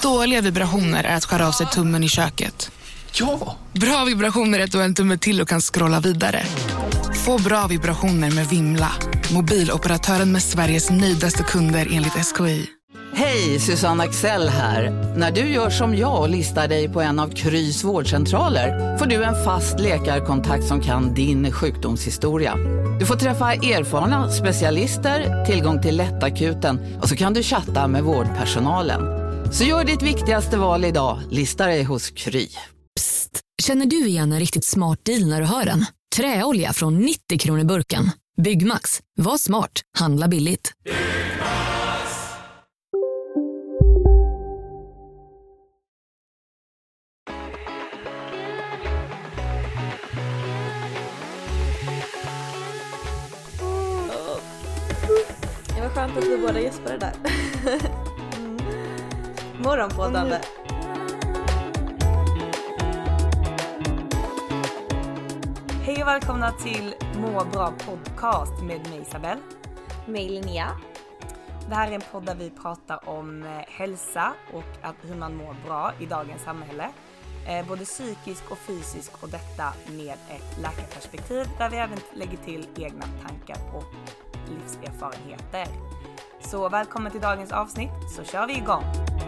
Dåliga vibrationer är att skära av sig tummen i köket. Ja! Bra vibrationer är att du har en tumme till och kan scrolla vidare. Få bra vibrationer med Vimla. Mobiloperatören med Sveriges nöjdaste kunder enligt SKI. Hej, Susanne Axel här. När du gör som jag och listar dig på en av Krys vårdcentraler får du en fast läkarkontakt som kan din sjukdomshistoria. Du får träffa erfarna specialister, tillgång till lättakuten och så kan du chatta med vårdpersonalen. Så gör ditt viktigaste val idag, listar dig hos Kry. Psst, känner du igen en riktigt smart deal när du hör den? Träolja från 90 kronor burken. Byggmax, var smart, handla billigt. Det var skönt att vi båda gäspade där. Morgonpoddande. Hej och välkomna till Må bra podcast med mig Isabel. Mig Linnea. Det här är en podd där vi pratar om hälsa och hur man mår bra i dagens samhälle. Både psykisk och fysisk, och detta med ett läkarperspektiv där vi även lägger till egna tankar och livserfarenheter. Så välkommen till dagens avsnitt, så kör vi igång.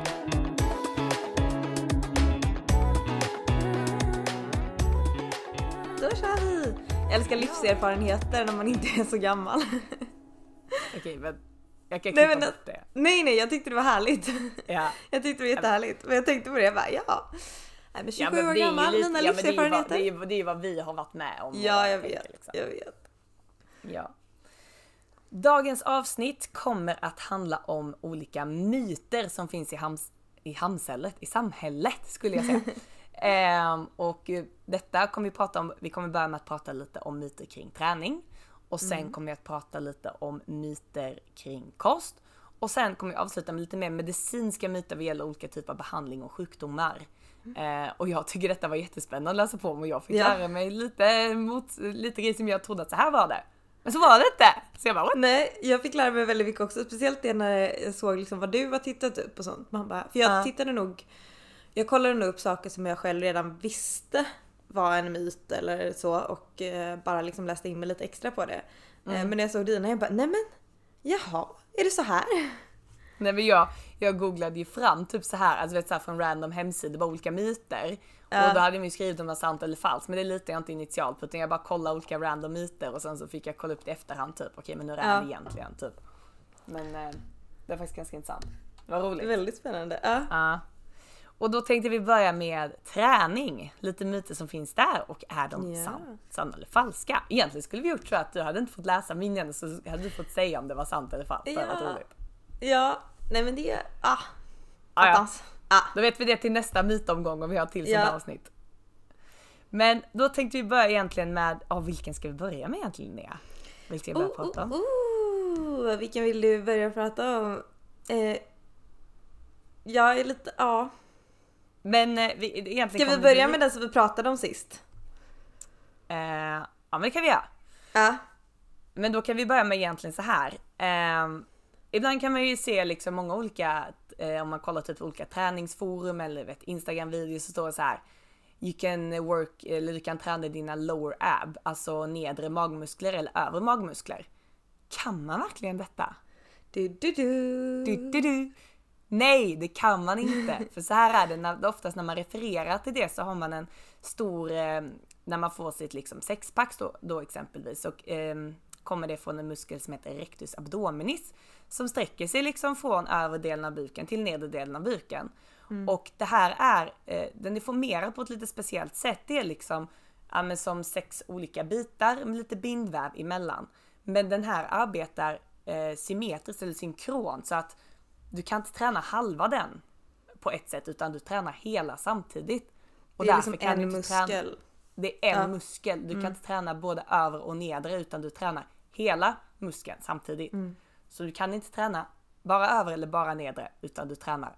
Då kör vi. Jag älskar livserfarenheter när man inte är så gammal. Okej, men jag kan klippa bort det. Nej, jag tyckte det var härligt. Ja. Jag tyckte det var jättehärligt. Men jag tänkte på det, jag bara, ja. Nej, men 27 år gammal, mina livserfarenheter. Det är vad vi har varit med om. Ja, jag vet. Ja. Dagens avsnitt kommer att handla om olika myter som finns i samhället skulle jag säga. Och detta kommer vi prata om. Vi kommer börja med att prata lite om myter kring träning. Och sen kommer jag att prata lite om myter kring kost. Och sen kommer jag avsluta med lite mer medicinska myter vad gäller olika typer av behandling och sjukdomar. Och jag tycker detta var jättespännande att läsa på om, och jag fick lära mig lite grejer som jag trodde att så här var det. Men så var det inte. Så jag bara, what? Nej, jag fick lära mig väldigt mycket också. Speciellt det när jag såg liksom vad du har tittat upp och sånt. Man bara, för jag kollade nog upp saker som jag själv redan visste var en myt eller så. Och bara liksom läste in mig lite extra på det. Men när jag såg dina, jag bara, nej men, jaha, är det så här? Nej, men jag googlade ju fram typ så här, alltså vet så här, från random hemsidor, bara olika myter. Och då hade de ju skrivit om det var sant eller falskt, men det litar jag inte initialt på, utan jag bara kollade olika random myter och sen så fick jag kolla upp det i efterhand typ, okej, men hur är det egentligen typ. Men det är faktiskt ganska intressant. Det var roligt. Väldigt spännande. Ja. Och då tänkte vi börja med träning. Lite myter som finns där, och är de sanna eller falska? Egentligen skulle vi gjort så att du hade inte fått läsa min igen, så hade du fått säga om det var sant eller falskt. Det var roligt. Ja, nej men det är... Då vet vi det till nästa mytomgång om vi har till sådana avsnitt. Men då tänkte vi börja egentligen med... vilken ska vi börja med egentligen, Nea? Vilken ska vi börja prata om? Vilken vill du börja prata om? Jag är lite... Men egentligen... Ska vi börja med den som vi pratade om sist? Ja, men det kan vi göra. Ja. Men då kan vi börja med egentligen så här. Ibland kan man ju se liksom många olika, om man kollar typ olika träningsforum eller Instagram-videos, så står det så här: du kan träna dina lower ab, alltså nedre magmuskler eller övre magmuskler. Kan man verkligen detta? Nej, det kan man inte. För så här är det, oftast när man refererar till det så har man en stor, när man får sitt liksom sexpack då exempelvis, och kommer det från en muskel som heter rectus abdominis, som sträcker sig liksom från överdelen av buken till nedre delen av buken. Och det här är, den är formerad på ett lite speciellt sätt. Det är liksom som 6 olika bitar med lite bindväv emellan. Men den här arbetar symmetriskt eller synkront, så att du kan inte träna halva den på ett sätt, utan du tränar hela samtidigt. Och det är därför liksom kan en du inte muskel. träna, det är en muskel. Du kan inte träna både över och nedre, utan du tränar hela muskeln samtidigt. Så du kan inte träna bara över eller bara nedre, utan du tränar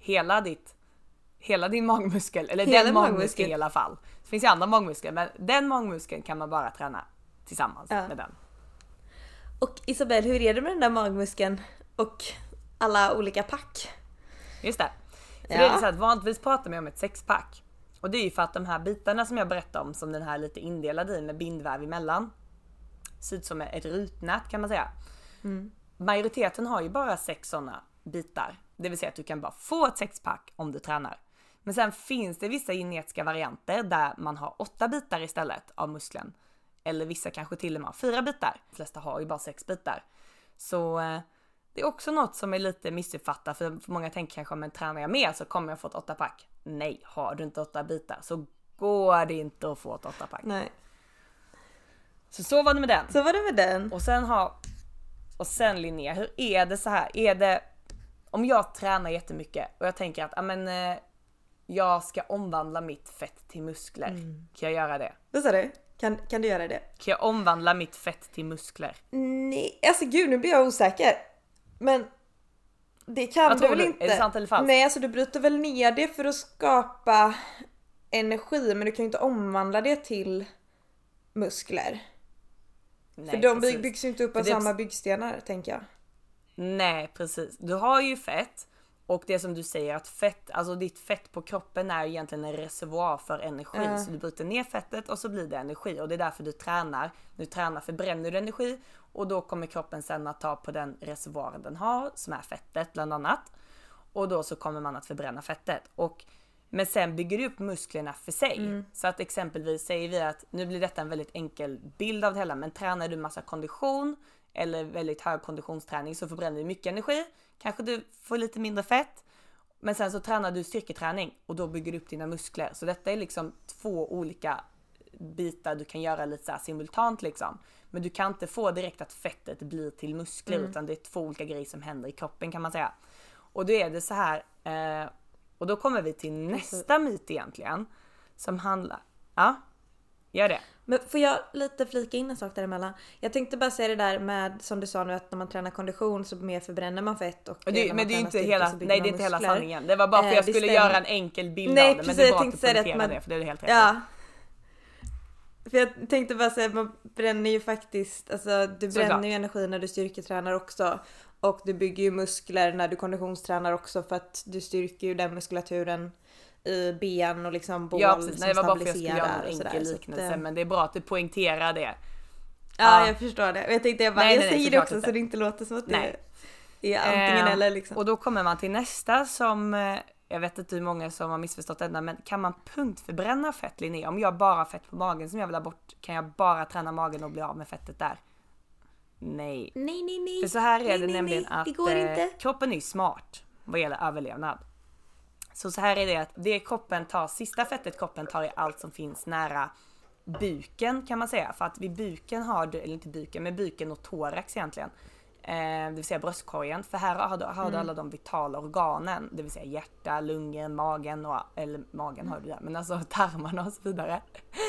hela din magmuskel, eller den magmuskeln i alla fall. Det finns ju andra magmuskler, men den magmuskeln kan man bara träna tillsammans med den. Och Isabel, hur är det med den där magmuskeln och alla olika pack? Just det. För det är så att vanligtvis pratar man om ett sexpack. Och det är ju för att de här bitarna som jag berättade om, som den här lite indelade i med bindväv emellan, ser ut som ett rutnät kan man säga. Majoriteten har ju bara 6 sådana bitar. Det vill säga att du kan bara få ett sexpack om du tränar. Men sen finns det vissa genetiska varianter där man har 8 bitar istället av muskeln. Eller vissa kanske till och med har 4 bitar. De flesta har ju bara 6 bitar. Så det är också något som är lite missuppfattat. För många tänker kanske om en tränar jag mer så kommer jag få ett 8-pack. Nej, har du inte 8 bitar så går det inte att få ett 8-pack. Nej. Så var det med den. Så var det med den. Och sen Linnea, hur är det så här? Är det om jag tränar jättemycket och jag tänker att jag ska omvandla mitt fett till muskler. Kan jag göra det? Vad sa du? Kan du göra det? Kan jag omvandla mitt fett till muskler? Nej, alltså gud, nu blir jag osäker. Men det kan du väl inte? Är det sant eller falskt? Nej, alltså du bryter väl ner det för att skapa energi, men du kan ju inte omvandla det till muskler. Nej, för de precis. byggs ju inte upp av samma byggstenar, tänker jag. Nej, precis. Du har ju fett. Och det som du säger att fett, alltså ditt fett på kroppen är egentligen en reservoar för energi. Så du bryter ner fettet och så blir det energi. Och det är därför du tränar. Du tränar förbränner du energi. Och då kommer kroppen sen att ta på den reservoaren den har, som är fettet bland annat. Och då så kommer man att förbränna fettet. Men sen bygger du upp musklerna för sig. Så att exempelvis säger vi att, nu blir detta en väldigt enkel bild av det hela. Men tränar du massa kondition eller väldigt hög konditionsträning så förbränner du mycket energi. Kanske du får lite mindre fett. Men sen så tränar du styrketräning och då bygger du upp dina muskler. Så detta är liksom 2 olika bitar du kan göra lite så här simultant liksom. Men du kan inte få direkt att fettet blir till muskler utan det är 2 olika grejer som händer i kroppen kan man säga. Och då är det så här, och då kommer vi till nästa myt egentligen som handlar, gör det. Men får jag lite flika in en sak däremellan? Jag tänkte bara säga det där med, som du sa nu, att när man tränar kondition så mer förbränner man fett. Och men det är inte hela, nej, det är inte hela sanningen. Det var bara för jag skulle göra en enkel bild av det. Men det var att poängtera det, för det är helt rätt. Ja. För jag tänkte bara säga att man bränner ju faktiskt, alltså du bränner ju energi när du styrketränar också. Och du bygger ju muskler när du konditionstränar också, för att du styrker ju den muskulaturen i ben och liksom bål som det var bara för att jag skulle göra en enkel liknelse, men det är bra att du poängterar det. Ja, jag förstår det. Jag tänkte jag säger det också inte. Så det inte låter som att det är antingen eller liksom. Och då kommer man till nästa som, jag vet inte hur många som har missförstått denna, men kan man punktförbränna fett, Linnea? Om jag bara har fett på magen som jag vill ha bort, kan jag bara träna magen och bli av med fettet där? Nej. För så här är det nämligen att kroppen är smart vad gäller överlevnad. Så här är det att det kroppen tar, sista fettet kroppen tar är allt som finns nära buken kan man säga. För att vid buken har du, eller inte buken, men buken och thorax egentligen. Det vill säga bröstkorgen. För här har du alla de vitala organen. Det vill säga hjärta, lungor, magen eller magen har du där. Men alltså tarmarna och så vidare.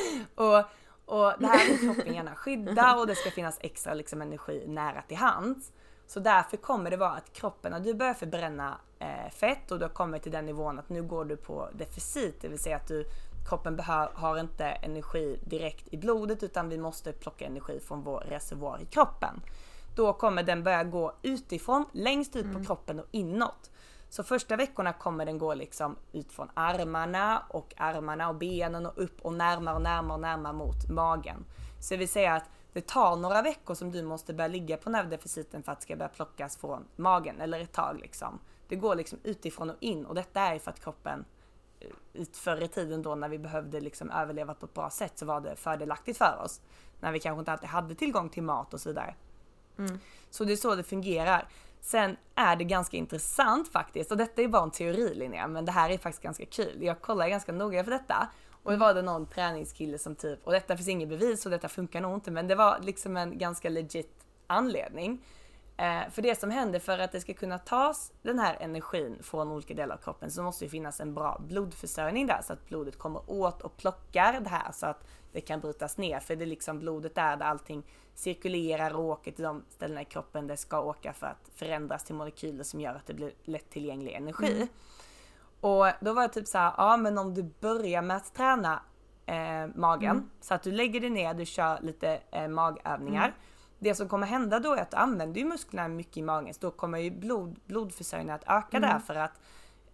Och det här vill kroppen gärna skydda och det ska finnas extra liksom, energi nära till hands. Så därför kommer det vara att kroppen, när du börjar förbränna fett och du har kommit till den nivån att nu går du på deficit, det vill säga att kroppen har inte energi direkt i blodet utan vi måste plocka energi från vår reservoar i kroppen. Då kommer den börja gå utifrån, längst ut på kroppen och inåt. Så första veckorna kommer den gå liksom ut från armarna och benen och upp och närmare mot magen. Så det vill säga att det tar några veckor som du måste börja ligga på nervdeficiten för att det ska börja plockas från magen eller ett tag liksom. Det går liksom utifrån och in och detta är för att kroppen förr i tiden då när vi behövde liksom överleva på ett bra sätt så var det fördelaktigt för oss. När vi kanske inte alltid hade tillgång till mat och så vidare. Så det är så det fungerar. Sen är det ganska intressant faktiskt, och detta är bara en teori Linnea, men det här är faktiskt ganska kul. Jag kollar ganska noga för detta och det var det någon träningskille som typ, och detta finns inget bevis och detta funkar nog inte, men det var liksom en ganska legit anledning. För det som händer för att det ska kunna tas den här energin från olika delar av kroppen så måste det finnas en bra blodförsörjning där så att blodet kommer åt och plockar det här så att det kan brytas ner. För det är liksom blodet där allting cirkulerar och åker till de ställena i kroppen det ska åka för att förändras till molekyler som gör att det blir lättillgänglig energi. Och då var det typ så här, ja men om du börjar med att träna magen så att du lägger dig ner, du kör lite magövningar. Det som kommer hända då är att du använder ju musklerna mycket i magen så då kommer ju blodförsörjningen att öka där för att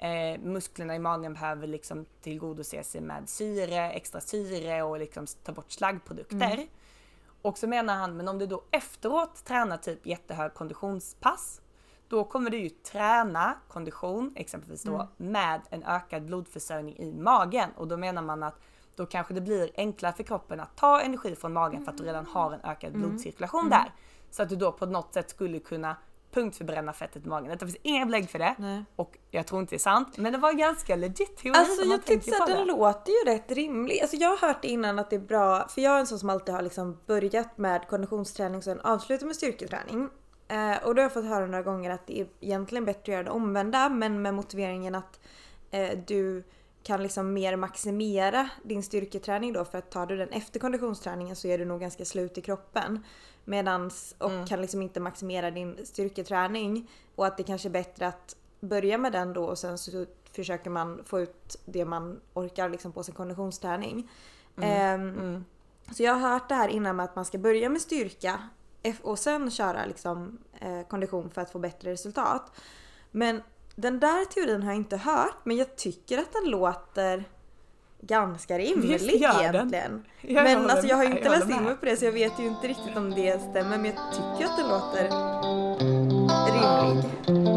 musklerna i magen behöver liksom tillgodose sig med syre, extra syre och liksom ta bort slaggprodukter. Och så menar han, men om du då efteråt tränar typ jättehög konditionspass, då kommer du ju träna kondition exempelvis då med en ökad blodförsörjning i magen. Och då menar man att då kanske det blir enklare för kroppen att ta energi från magen för att du redan har en ökad blodcirkulation där. Så att du då på något sätt skulle kunna punktförbränna fettet i magen. Det finns inga belägg för det. Nej. Och jag tror inte det är sant. Men det var ganska legit teori. Alltså jag tycker att den låter ju rätt rimlig. Alltså jag har hört innan att det är bra. För jag är en sån som alltid har liksom börjat med konditionsträning och sen avslutat med styrketräning. Och då har jag fått höra några gånger att det är egentligen bättre att göra det omvända. Men med motiveringen att du kan liksom mer maximera din styrketräning då, för att tar du den efter konditionsträningen så är du nog ganska slut i kroppen. Och kan liksom inte maximera din styrketräning, och att det kanske är bättre att börja med den då och sen så försöker man få ut det man orkar liksom på sin konditionsträning. Så jag har hört det här innan med att man ska börja med styrka och sen köra liksom kondition för att få bättre resultat. Men den där teorin har jag inte hört, men jag tycker att den låter ganska rimlig egentligen. Men alltså jag har ju inte läst in mig på det, så jag vet ju inte riktigt om det stämmer, men jag tycker att det låter rimlig.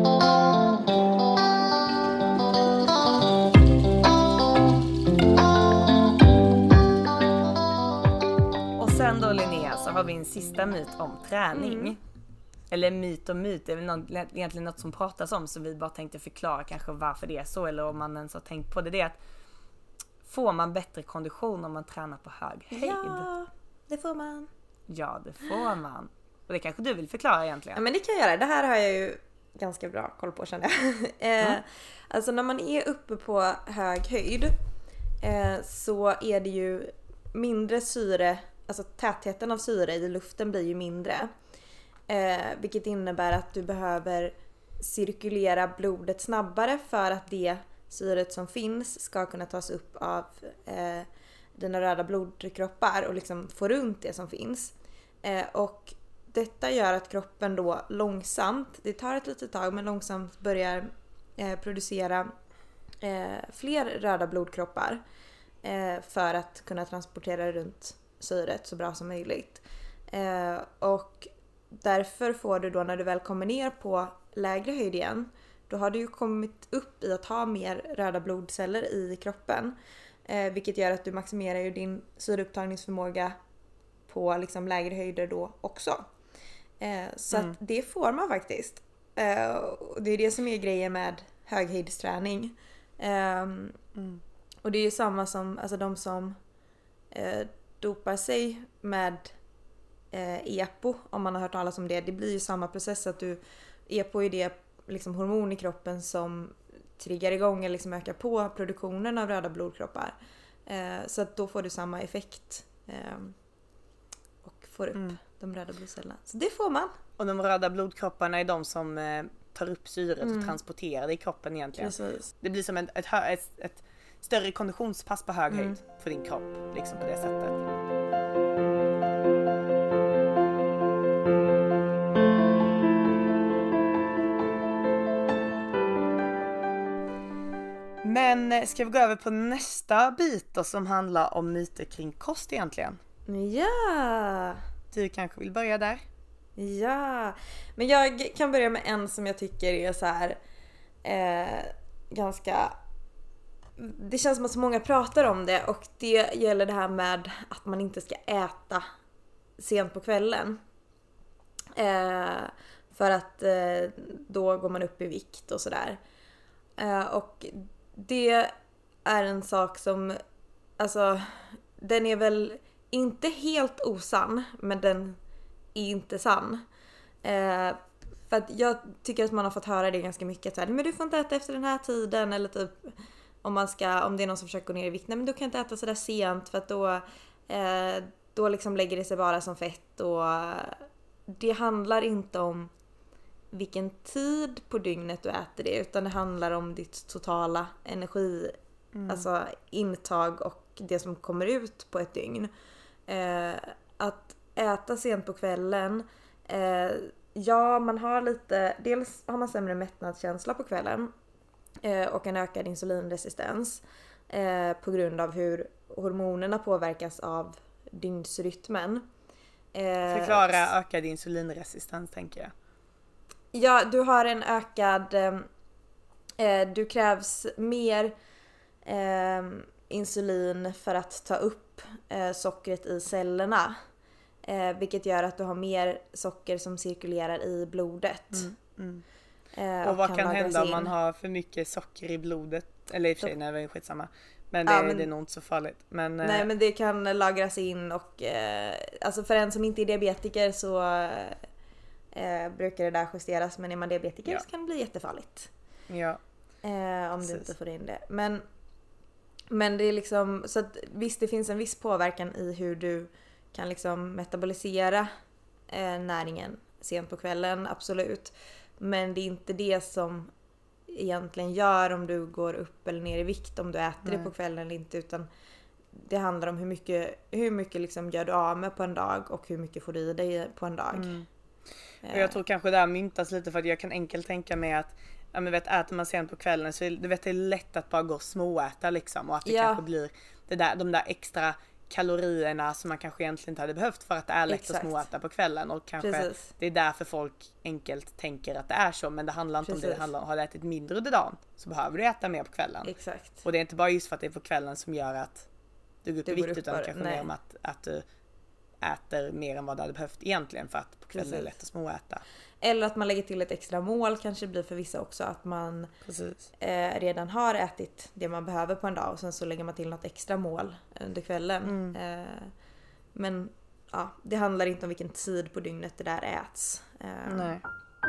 Och sen då Linnea, så har vi en sista myt om träning. Eller myt och myt, det är väl egentligen något som pratas om, så vi bara tänkte förklara kanske varför det är så, eller om man ens har tänkt på det. Det är att får man bättre kondition om man tränar på hög höjd? Ja, det får man. Ja, det får man. Och det kanske du vill förklara egentligen. Ja, men det kan jag göra. Det här har jag ju ganska bra koll på, känner jag. Alltså när man är uppe på hög höjd så är det ju mindre syre, alltså tätheten av syre i luften blir ju mindre. Vilket innebär att du behöver cirkulera blodet snabbare för att det syret som finns ska kunna tas upp av dina röda blodkroppar och liksom få runt det som finns. Och detta gör att kroppen då långsamt, det tar ett litet tag, men långsamt börjar producera fler röda blodkroppar för att kunna transportera runt syret så bra som möjligt. Och därför får du då, när du väl kommer ner på lägre höjd igen, då har du ju kommit upp i att ha mer röda blodceller i kroppen. Vilket gör att du maximerar ju din syreupptagningsförmåga på liksom lägre höjder då också. Så att det får man faktiskt. Och det är det som är grejen med höghöjdsträning. Och det är ju samma som alltså de som dopar sig med EPO, om man har hört talas om det. Det blir ju samma process, att EPO är det liksom hormon i kroppen som triggar igång eller liksom ökar på produktionen av röda blodkroppar. Så att då får du samma effekt och får upp de röda blodcellerna. Så det får man. Och de röda blodkropparna är de som tar upp syret och transporterar det i kroppen egentligen. Precis. Det blir som ett större konditionspass på hög höjd för din kropp, liksom på det sättet. Men ska vi gå över på nästa bit då, som handlar om myter kring kost egentligen? Ja! Du kanske vill börja där? Ja, men jag kan börja med en som jag tycker är så här ganska... Det känns som att så många pratar om det, och det gäller det här med att man inte ska äta sent på kvällen. För att då går man upp i vikt och sådär. Och det är en sak som, alltså, den är väl inte helt osann, men den är inte sann. För att jag tycker att man har fått höra det ganska mycket, så här, men du får inte äta efter den här tiden, eller typ om det är någon som försöker gå ner i vikt, nej men du kan inte äta så där sent, för att då liksom lägger det sig bara som fett. Och det handlar inte om vilken tid på dygnet du äter det, utan det handlar om ditt totala energi, alltså intag och det som kommer ut på ett dygn. Att äta sent på kvällen, ja, man har dels har man sämre mättnadskänsla på kvällen, och en ökad insulinresistens på grund av hur hormonerna påverkas av dygnsrytmen. Förklara ökad insulinresistens, tänker jag. Ja, du har en ökad... du krävs mer insulin för att ta upp sockret i cellerna. Vilket gör att du har mer socker som cirkulerar i blodet. Och vad kan hända om man har för mycket socker i blodet? Eller i och för sig, nej, det är skitsamma. Men det är nog inte så farligt. Nej, men det kan lagras in och alltså för en som inte är diabetiker så brukar det där justeras. Men är man diabetiker så kan det bli jättefarligt. Ja. Om du inte får in det. Men det är liksom, så att visst, det finns en viss påverkan i hur du kan liksom metabolisera näringen sent på kvällen, absolut. Men det är inte det som egentligen gör om du går upp eller ner i vikt, om du äter det på kvällen eller inte, utan det handlar om hur mycket liksom gör du av med på en dag och hur mycket får du i dig på en dag. Och jag tror kanske det här myntas lite, för att jag kan enkelt tänka mig att äter man sent på kvällen så det är lätt att bara gå och småäta liksom, och att det kanske blir de där extra kalorierna som man kanske egentligen inte hade behövt, för att det är lätt att småäta på kvällen, och kanske det är därför folk enkelt tänker att det är så, men det handlar inte om det. Det handlar om, har du ätit mindre under dagen så behöver du äta mer på kvällen. Exakt. Och det är inte bara just för att det är på kvällen som gör att du går upp i vikt, utan kanske mer om att du äter mer än vad du hade behövt egentligen, för att på kvällen är det lätt att småäta. Eller att man lägger till ett extra mål, kanske blir för vissa också, att man redan har ätit det man behöver på en dag och sen så lägger man till något extra mål under kvällen. Men ja, det handlar inte om vilken tid på dygnet det där äts. Nej.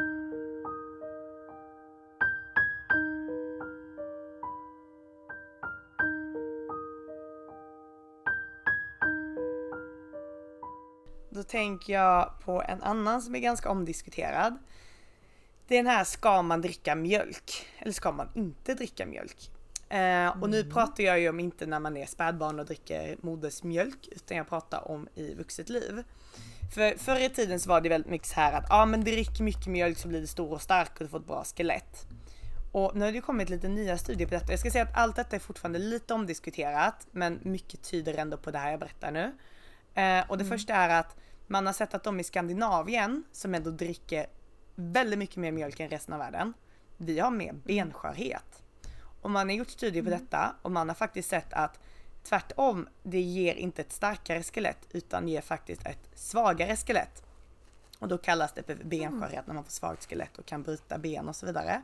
Då tänker jag på en annan som är ganska omdiskuterad. Det är den här, ska man dricka mjölk eller ska man inte dricka mjölk? Och nu pratar jag ju om inte när man är spädbarn och dricker modersmjölk, utan jag pratar om i vuxet liv. För förr i tiden så var det väldigt mycket så här att men drick mycket mjölk så blir det stor och stark och du får ett bra skelett. Och nu har det kommit lite nya studier på detta. Jag ska säga att allt detta är fortfarande lite omdiskuterat, men mycket tyder ändå på det här jag berättar nu. Och det första är att man har sett att de i Skandinavien, som ändå dricker väldigt mycket mer mjölk än resten av världen, vi har mer benskörhet. Och man har gjort studier på detta, och man har faktiskt sett att tvärtom, det ger inte ett starkare skelett utan ger faktiskt ett svagare skelett. Och då kallas det för benskörhet när man får svagt skelett och kan bryta ben och så vidare.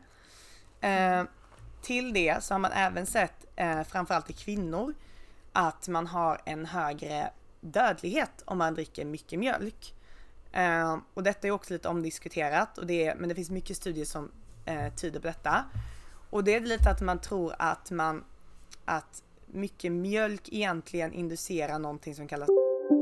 Till det så har man även sett, framförallt i kvinnor, att man har en högre dödlighet om man dricker mycket mjölk. Och detta är också lite omdiskuterat, men det finns mycket studier som tyder på detta. Och det är lite att man tror att mycket mjölk egentligen inducerar någonting som kallas...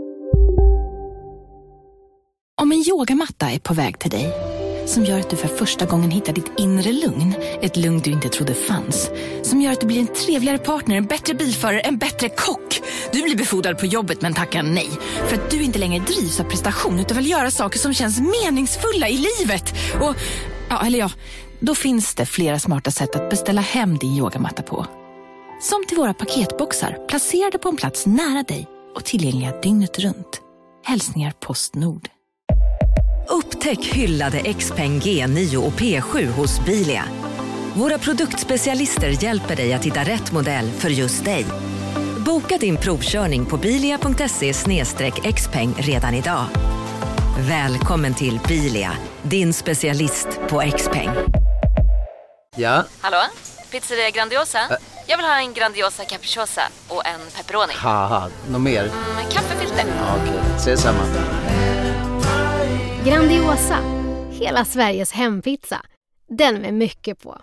Om en yogamatta är på väg till dig, som gör att du för första gången hittar ditt inre lugn, ett lugn du inte trodde fanns, som gör att du blir en trevligare partner, en bättre bilförare, en bättre kock. Du blir befordrad på jobbet men tackar nej, för att du inte längre drivs av prestation utan vill göra saker som känns meningsfulla i livet. Och, då finns det flera smarta sätt att beställa hem din yogamatta på. Som till våra paketboxar, placerade på en plats nära dig och tillgängliga dygnet runt. Hälsningar Postnord. Upptäck hyllade XPeng G9 och P7 hos Bilia. Våra produktspecialister hjälper dig att hitta rätt modell för just dig. Boka din provkörning på bilia.se/xpeng redan idag. Välkommen till Bilia, din specialist på XPeng. Ja? Hallå? Pizzeria Grandiosa? Jag vill ha en Grandiosa capriciosa och en pepperoni. Haha, något mer? Kaffefilter. Ja, okej, ses samma. Grandiosa, hela Sveriges hempizza. Den med mycket på.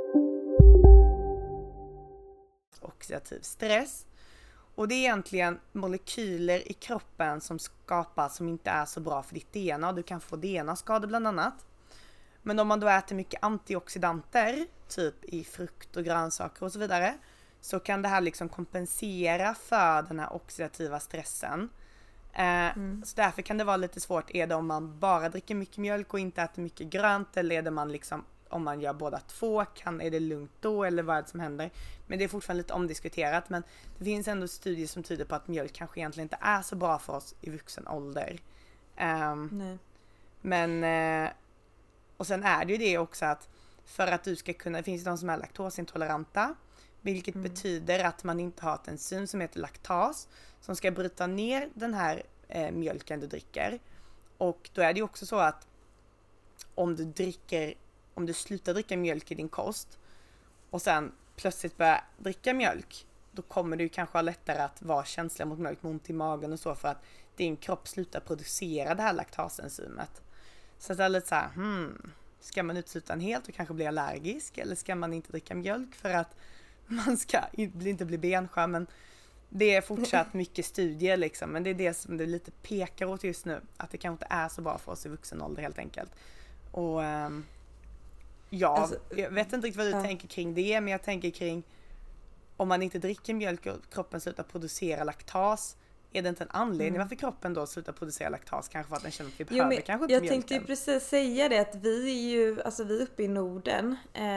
Oxidativ stress. Och det är egentligen molekyler i kroppen som skapas som inte är så bra för ditt DNA. Du kan få DNA-skador bland annat. Men om man då äter mycket antioxidanter, typ i frukt och grönsaker och så vidare, så kan det här liksom kompensera för den här oxidativa stressen. Så därför kan det vara lite svårt. Är det om man bara dricker mycket mjölk och inte äter mycket grönt, eller är det man liksom om man gör båda två, är det lugnt då eller vad är det som händer? Men det är fortfarande lite omdiskuterat, men det finns ändå studier som tyder på att mjölk kanske egentligen inte är så bra för oss i vuxen ålder. Nej. Men och sen är det ju det också att för att du ska kunna, det finns de som är laktosintoleranta, vilket betyder att man inte har ett enzym som heter laktas som ska bryta ner den här mjölken du dricker. Och då är det ju också så att om du slutar dricka mjölk i din kost och sen plötsligt börjar dricka mjölk, då kommer du kanske ha lättare att vara känslig mot mjölk, med ont i magen och så, för att din kropp slutar producera det här laktasenzymet. Så det är lite så här, ska man utesluta den helt och kanske bli allergisk, eller ska man inte dricka mjölk för att man ska inte bli benskör? Men det är fortsatt mycket studier liksom, men det är det som det lite pekar åt just nu, att det kanske inte är så bra för oss i vuxen ålder helt enkelt. Och jag vet inte riktigt vad du tänker kring det, men jag tänker kring om man inte dricker mjölk och kroppen slutar producera laktas, är det inte en anledning varför kroppen då slutar producera laktas? Kanske för att den känner att vi behöver kanske inte jag mjölken. tänkte ju precis säga det, att vi är ju, alltså vi uppe i Norden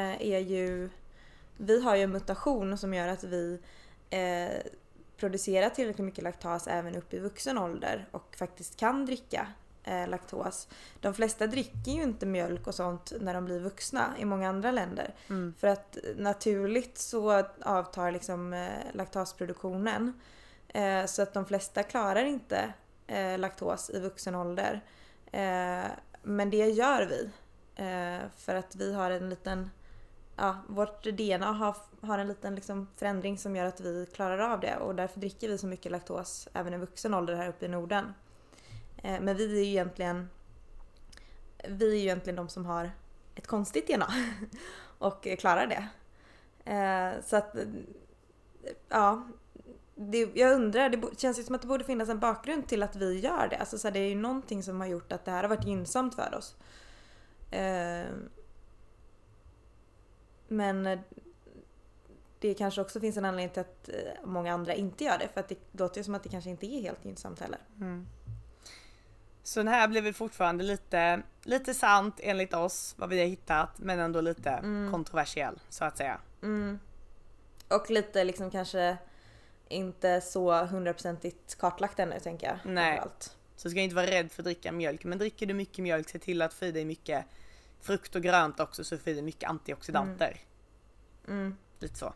vi har ju en mutation som gör att vi producerar tillräckligt mycket laktas även upp i vuxen ålder och faktiskt kan dricka laktos. De flesta dricker ju inte mjölk och sånt när de blir vuxna i många andra länder. För att naturligt så avtar liksom laktasproduktionen. Så att de flesta klarar inte laktos i vuxen ålder. Men det gör vi. För att vi har en liten, vårt DNA har en liten liksom förändring som gör att vi klarar av det. Och därför dricker vi så mycket laktos även i vuxen ålder här uppe i Norden. Men vi är ju egentligen de som har ett konstigt DNA och klarar det. Så att jag undrar, det känns ju som att det borde finnas en bakgrund till att vi gör det. Alltså så det är ju någonting som har gjort att det här har varit gynnsamt för oss. Men det kanske också finns en anledning till att många andra inte gör det. För att det låter ju som att det kanske inte är helt gynnsamt heller. Så den här blir väl fortfarande lite sant enligt oss, vad vi har hittat, men ändå lite kontroversiell så att säga. Och lite liksom kanske inte så 100% kartlagt ännu, tänker jag. Nej, så ska inte vara rädd för att dricka mjölk. Men dricker du mycket mjölk, se till att få i dig mycket frukt och grönt också, så får i dig mycket antioxidanter. Lite så.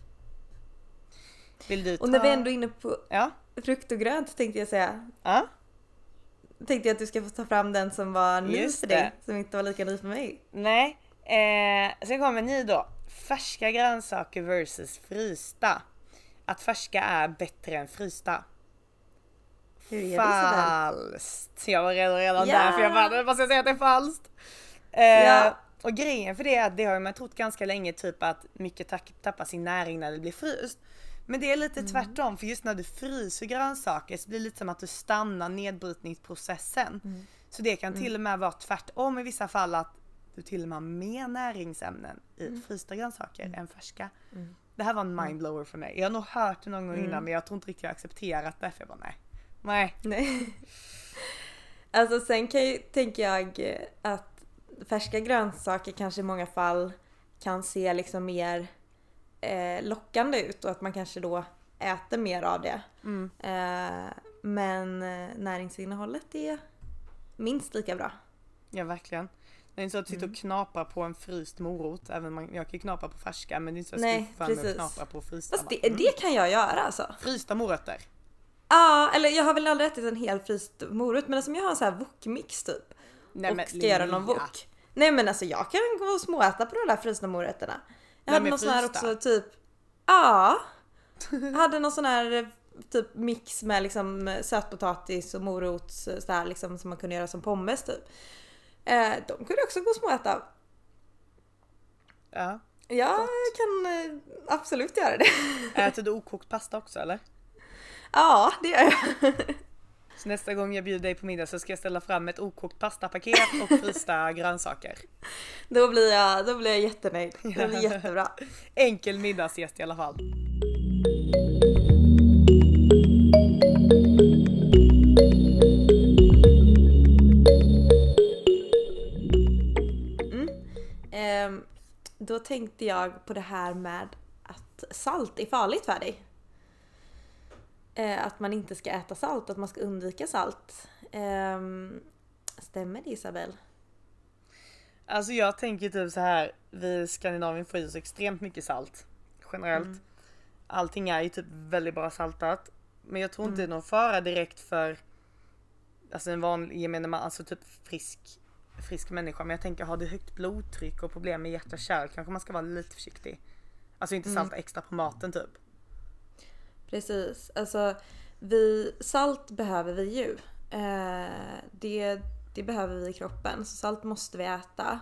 Vill du ta... Och när vi ändå är inne på frukt och grönt, tänkte jag säga. Tänkte jag att du ska få ta fram den som var ny för dig, som inte var lika ny för mig. Nej, sen kommer ny då. Färska grönsaker versus frysta. Att färska är bättre än frysta. Hur är det falskt. Jag var redan där, för jag bara, måste jag säga att det är falskt. Och grejen för det är att det har man trott ganska länge, typ att mycket tappar sin näring när det blir fryst. Men det är lite tvärtom, för just när du fryser grönsaker så blir det lite som att du stannar nedbrytningsprocessen. Så det kan till och med vara tvärtom i vissa fall, att du till och med har mer näringsämnen i frysta grönsaker än färska. Det här var en mindblower för mig. Jag har nog hört det någon gång innan, men jag tror inte riktigt jag accepterat det, för jag bara nej. Alltså sen tänker jag att färska grönsaker kanske i många fall kan se liksom mer lockande ut, och att man kanske då äter mer av det. Men näringsinnehållet är minst lika bra. Ja, verkligen. Det är inte så att sitta och knapra på en fryst morot. Även jag kan ju knapra på färska, men det är inte så att jag ska knapra på frysta. Fast det kan jag göra alltså. Frysta morötter? Ja, eller jag har väl aldrig ätit en hel fryst morot, men som jag har en sån här wokmix typ. Nej, och ska göra någon wok. Nej, men alltså jag kan gå och småäta på de där frysta morötterna. Jag hade någon sån här också typ. Jag hade någon sån här typ mix med liksom sötpotatis och morot så här, liksom, som man kunde göra som pommes typ. De kunde också gå och småäta. Ja. Jag kan absolut göra det. Äter du okokt pasta också, eller? Ja, det gör jag. Så nästa gång jag bjuder dig på middag så ska jag ställa fram ett okokt pastapaket och frysta grönsaker. Då blir jag jättenöjd. Det blir jättebra. Enkel middagsgäst i alla fall. tänkte jag på det här med att salt är farligt för dig. Att man inte ska äta salt, att man ska undvika salt. Stämmer det, Isabel? Alltså jag tänker typ så här, vi i Skandinavien får i oss extremt mycket salt generellt. Allting är ju typ väldigt bra saltat. Men jag tror inte det är någon fara direkt för alltså en vanlig gemene man, alltså typ frisk människa. Men jag tänker, har du högt blodtryck och problem med hjärta-kärl kanske man ska vara lite försiktig. Alltså inte salta extra på maten typ. Precis, alltså salt behöver vi ju. Det behöver vi i kroppen, så salt måste vi äta.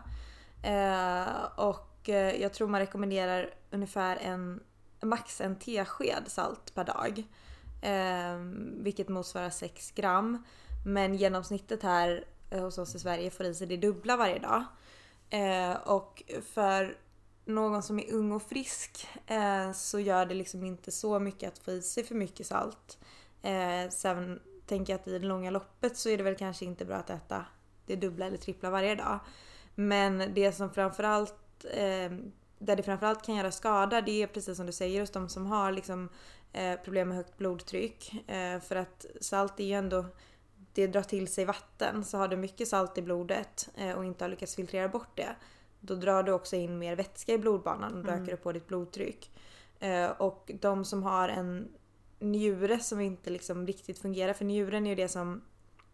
Och jag tror man rekommenderar ungefär max en tesked salt per dag. Vilket motsvarar 6 gram. Men genomsnittet här hos oss i Sverige får i sig det dubbla varje dag. Och för någon som är ung och frisk så gör det liksom inte så mycket att få i sig för mycket salt. Sen tänker jag att i det långa loppet så är det väl kanske inte bra att äta det dubbla eller trippla varje dag. Men det som framförallt där det framförallt kan göra skada, det är precis som du säger hos de som har liksom problem med högt blodtryck. För att salt är ju ändå, det drar till sig vatten. Så har du mycket salt i blodet och inte har lyckats filtrera bort det, då drar du också in mer vätska i blodbanan och ökar på ditt blodtryck. Och de som har en njure som inte liksom riktigt fungerar, för njuren är ju det som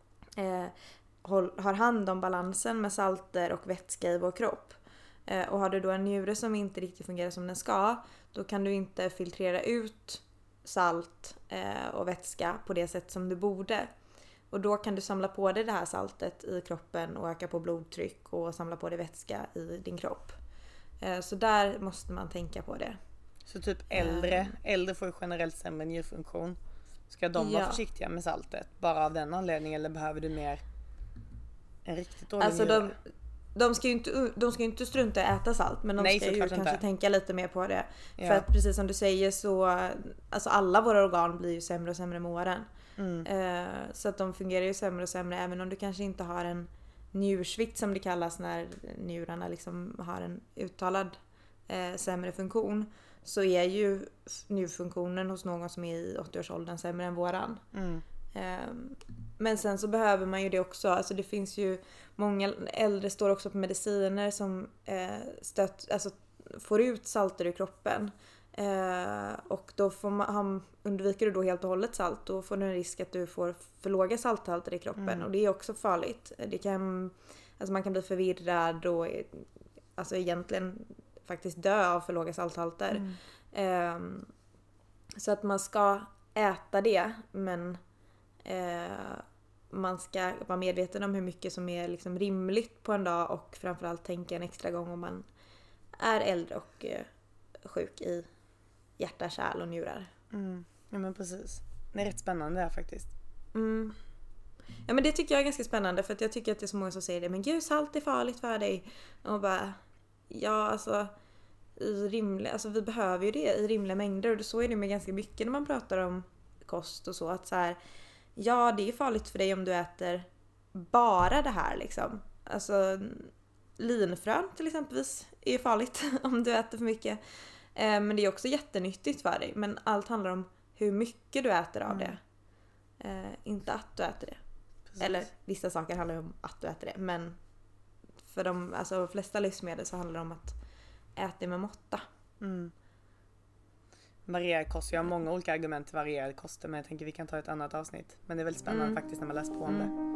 har hand om balansen med salter och vätska i vår kropp. Och har du då en njure som inte riktigt fungerar som den ska, då kan du inte filtrera ut salt och vätska på det sätt som du borde. Och då kan du samla på dig det här saltet i kroppen och öka på blodtryck och samla på dig vätska i din kropp. Så där måste man tänka på det. Så typ äldre får ju generellt sämre njurfunktion. Ska de vara försiktiga med saltet? Bara av den anledningen, eller behöver du mer en riktigt dålig njure? De ska ju inte strunta i att äta salt, men de ska ju kanske inte tänka lite mer på det. Ja. För att precis som du säger så, alltså alla våra organ blir ju sämre och sämre med åren. Så att de fungerar ju sämre och sämre, även om du kanske inte har en njursvikt som det kallas när njurarna liksom har en uttalad sämre funktion, så är ju njurfunktionen hos någon som är i 80-årsåldern sämre än våran. Men sen så behöver man ju det också, alltså det finns ju många äldre står också på mediciner som får ut salter i kroppen. Och då undviker du då helt och hållet salt, då får du en risk att du får för låga salthalter i kroppen, och det är också farligt. Man kan bli förvirrad och alltså egentligen faktiskt dö av för låga salthalter. Så att man ska äta det, men man ska vara medveten om hur mycket som är liksom rimligt på en dag, och framförallt tänka en extra gång om man är äldre och sjuk i hjärta, kärl och njurar. Ja men precis. Det är rätt spännande här faktiskt. Ja men det tycker jag är ganska spännande, för att jag tycker att det är så många som säger det, men gud, salt är farligt för dig. Och bara, ja alltså vi behöver ju det i rimliga mängder, och så är det med ganska mycket när man pratar om kost och så, att så här, ja det är farligt för dig om du äter bara det här liksom. Alltså linfrön till exempelvis är farligt om du äter för mycket. Men det är också jättenyttigt för dig. Men allt handlar om hur mycket du äter av det. Inte att du äter det. Precis. Eller vissa saker handlar om att du äter det. Men för de flesta livsmedel så handlar det om att äta det med måtta. Varierad kost. Jag har många olika argument till varierad kost, men jag tänker vi kan ta ett annat avsnitt. Men det är väldigt spännande faktiskt när man läser på om det.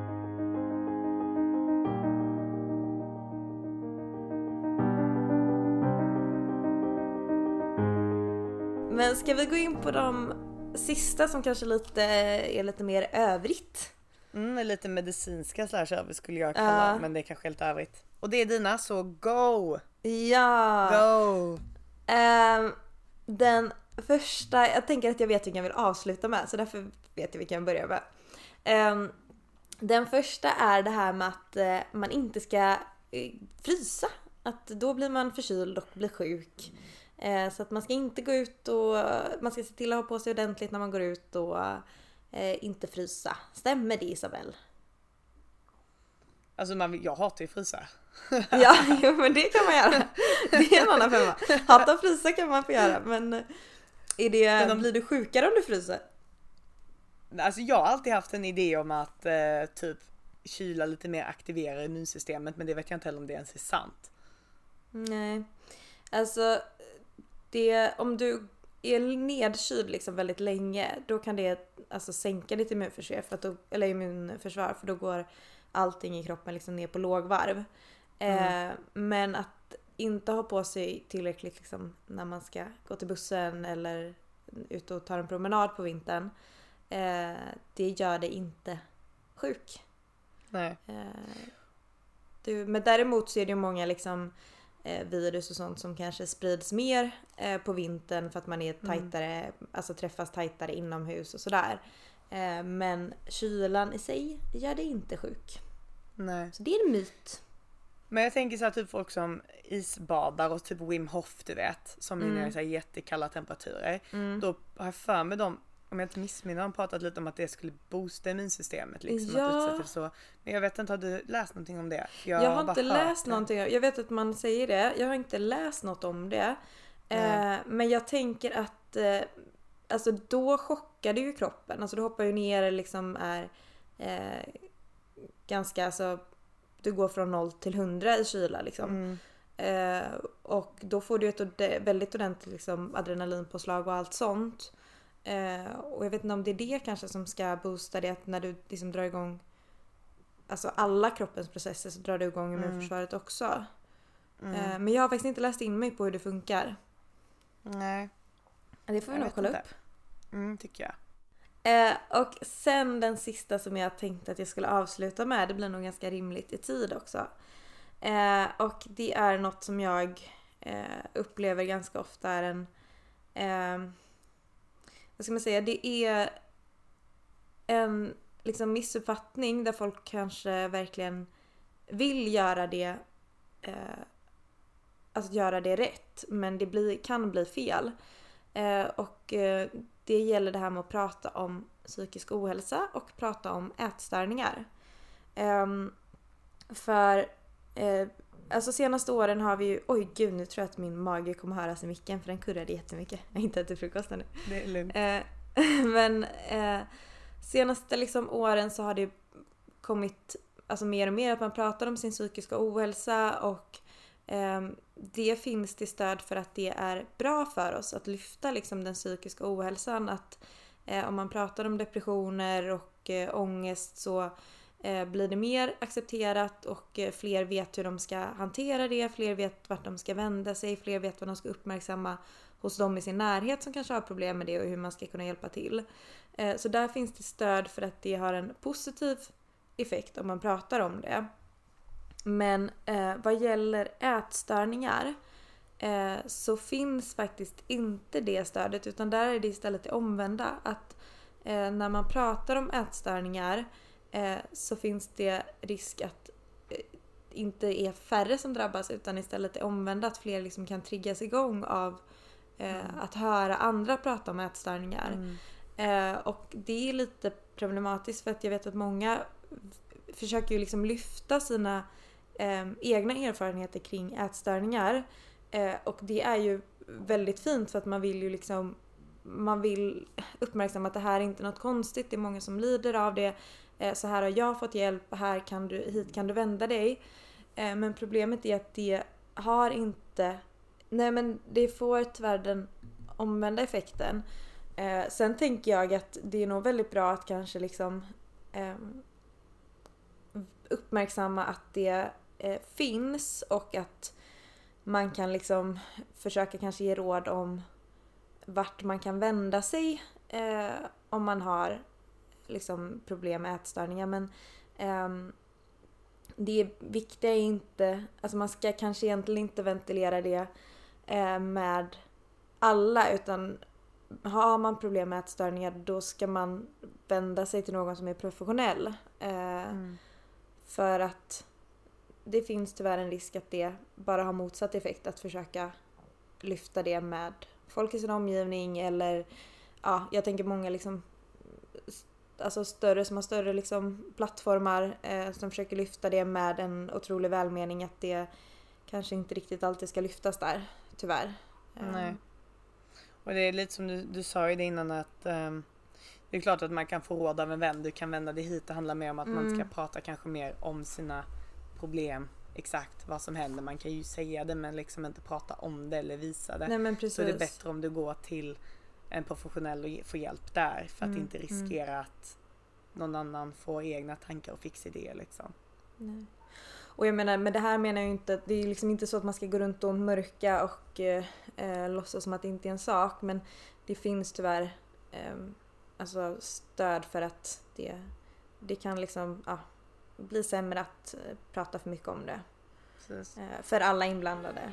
Men ska vi gå in på de sista som kanske är lite mer övrigt? Lite medicinska /övrigt skulle jag kalla, men det är kanske helt övrigt. Och det är dina, så go! Ja! Go! Den första, jag tänker att jag vet vilken jag vill avsluta med, så därför vet jag vilken jag börjar med. Den första är det här med att man inte ska frysa. Att då blir man förkyld och blir sjuk. Så att man ska inte gå ut och man ska se till att ha på sig ordentligt när man går ut och inte frysa. Stämmer det, Isabel? Alltså jag hatar ju frysa. Ja, jo, men det kan man göra. Det är en annan femma. Hata och frysa kan man få göra, men blir du sjukare om du fryser? Alltså jag har alltid haft en idé om att typ kyla lite mer aktiverar immunsystemet, men det vet jag inte heller om det ens är sant. Nej. Alltså om du är nedkyld liksom väldigt länge, då kan det alltså sänka ditt immunförsvar för då går allting i kroppen liksom ner på lågvarv. Men att inte ha på sig tillräckligt liksom, när man ska gå till bussen eller ut och ta en promenad på vintern, det gör det inte sjuk. Nej. Men däremot så är det ju många liksom virus och sånt som kanske sprids mer på vintern för att man är tajtare, alltså träffas tajtare inomhus och sådär. Men kylan i sig gör det inte sjuk. Nej. Så det är en myt. Men jag tänker så här, typ folk som isbadar och typ Wim Hof, du vet, som är nere i så här jättekalla temperaturer. Då har jag för mig dem, om jag inte missminner, de pratat lite om att det skulle boosta immunsystemet liksom, att utsätta så. Men jag vet inte, har du läst någonting om det? Jag har inte läst någonting. Jag vet att man säger det. Jag har inte läst något om det. Men jag tänker att alltså då chockar det ju kroppen. Alltså då hoppar ju ner liksom är ganska, alltså du går från 0 till 100 i kyla liksom. Och då får du ett väldigt ordentligt liksom adrenalinpåslag och allt sånt. Och jag vet inte om det är det kanske som ska boosta det, att när du liksom drar igång alltså alla kroppens processer, så drar du igång immunförsvaret också. Men jag har faktiskt inte läst in mig på hur det funkar. Nej. Det får vi nog kolla upp. Tycker jag. Och sen den sista som jag tänkte att jag skulle avsluta med, det blir nog ganska rimligt i tid också. Och det är något som jag upplever ganska ofta är en vad ska man säga, det är en liksom missuppfattning där folk kanske verkligen vill göra det, alltså göra det rätt, men det kan bli fel. Och det gäller det här med att prata om psykisk ohälsa och prata om ätstörningar. För alltså senaste åren har vi ju, oj gud, nu tror jag att min mage kommer höras i micken för den kurrade jättemycket. Jag har inte ätit frukost ännu. Det är lugnt. Men senaste liksom åren så har det kommit alltså mer och mer att man pratar om sin psykiska ohälsa, och det finns till stöd för att det är bra för oss att lyfta liksom den psykiska ohälsan. Att om man pratar om depressioner och ångest så blir det mer accepterat, och fler vet hur de ska hantera det, fler vet vart de ska vända sig, fler vet vad de ska uppmärksamma hos dem i sin närhet som kanske har problem med det, och hur man ska kunna hjälpa till. Så där finns det stöd för att det har en positiv effekt om man pratar om det. Men vad gäller ätstörningar så finns faktiskt inte det stödet, utan där är det istället det omvända. Att när man pratar om ätstörningar så finns det risk att inte är färre som drabbas, utan istället det omvända, att fler liksom kan triggas igång av att höra andra prata om ätstörningar. Och det är lite problematiskt, för att jag vet att många försöker ju liksom lyfta sina egna erfarenheter kring ätstörningar, och det är ju väldigt fint, för att man vill ju liksom, man vill uppmärksamma att det här är inte något konstigt, det är många som lider av det, så här har jag fått hjälp, hit kan du vända dig. Men problemet är att det har inte, men det får tyvärr den omvända effekten. Sen tänker jag att det är nog väldigt bra att kanske liksom uppmärksamma att det finns, och att man kan liksom försöka kanske ge råd om vart man kan vända sig om man har liksom problem med ätstörningar. Men det viktiga är inte, alltså man ska kanske egentligen inte ventilera det med alla, utan har man problem med ätstörningar, då ska man vända sig till någon som är professionell. För att det finns tyvärr en risk att det bara har motsatt effekt, att försöka lyfta det med folk i sin omgivning, eller ja, jag tänker många liksom alltså större, som har större liksom plattformar som försöker lyfta det med en otrolig välmening, att det kanske inte riktigt alltid ska lyftas där, tyvärr. Nej. Och det är lite som du sa ju det innan, att det är klart att man kan få råd av en vän. Du kan vända det hit. Det handlar mer om att man ska prata kanske mer om sina problem. Exakt vad som händer. Man kan ju säga det men liksom inte prata om det eller visa det. Nej, men precis. Så det är bättre om du går till en professionell och får hjälp där. För att inte riskera att någon annan får egna tankar och fixidéer liksom. Nej. Och jag menar, med det här menar jag inte att det är liksom inte så att man ska gå runt och mörka och låtsas som att det inte är en sak. Men det finns tyvärr alltså stöd för att det kan liksom bli sämre att prata för mycket om det. För alla inblandade.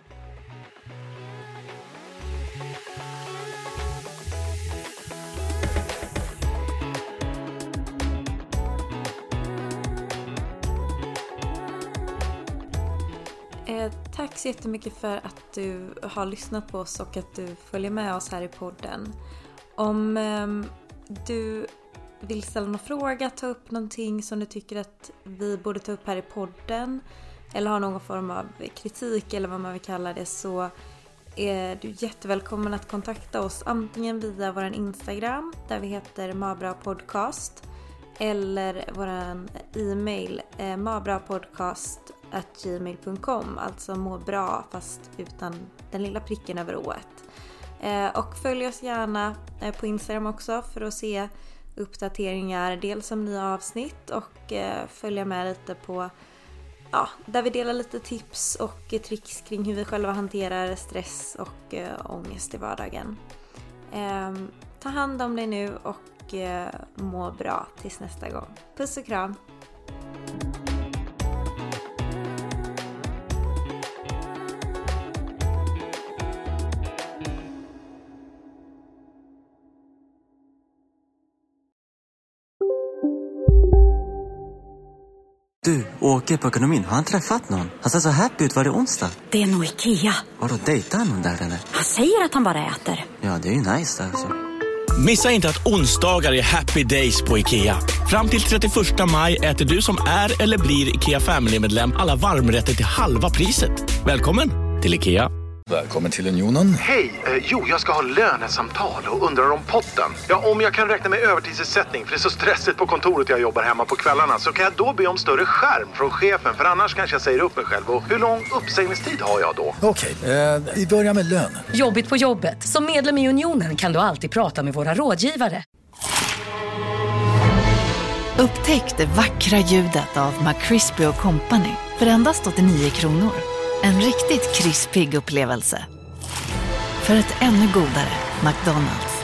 Tack så jättemycket för att du har lyssnat på oss och att du följer med oss här i podden. Om du vill ställa någon fråga, ta upp någonting som du tycker att vi borde ta upp här i podden, eller har någon form av kritik eller vad man vill kalla det, så är du jättevälkommen att kontakta oss antingen via vår Instagram där vi heter mabrapodcast, eller våran e-mail mabrapodcast@gmail.com, alltså må bra fast utan den lilla pricken över ået. Och följ oss gärna på Instagram också för att se uppdateringar, dels om nya avsnitt och följa med lite på där vi delar lite tips och tricks kring hur vi själva hanterar stress och ångest i vardagen. Ta hand om dig nu och må bra tills nästa gång. Puss och kram! Du, Åke på ekonomin, har han träffat någon? Han ser så happy ut, var det onsdag? Det är nog Ikea. Har du dejtat någon där eller? Han säger att han bara äter. Ja, det är ju nice alltså. Missa inte att onsdagar är happy days på Ikea. Fram till 31 maj äter du som är eller blir Ikea Family-medlem alla varmrätter till halva priset. Välkommen till Ikea. Välkommen till Unionen. Hej, jag ska ha lönesamtal och undrar om potten. Ja, om jag kan räkna med övertidsersättning för det är så stressigt på kontoret jag jobbar hemma på kvällarna, så kan jag då be om större skärm från chefen, för annars kanske jag säger upp mig själv. Och hur lång uppsägningstid har jag då? Okej, vi börjar med lön. Jobbigt på jobbet. Som medlem i Unionen kan du alltid prata med våra rådgivare. Upptäck det vackra ljudet av McCrispy & Company för endast 89 kronor. En riktigt krispig upplevelse. För ett ännu godare McDonald's.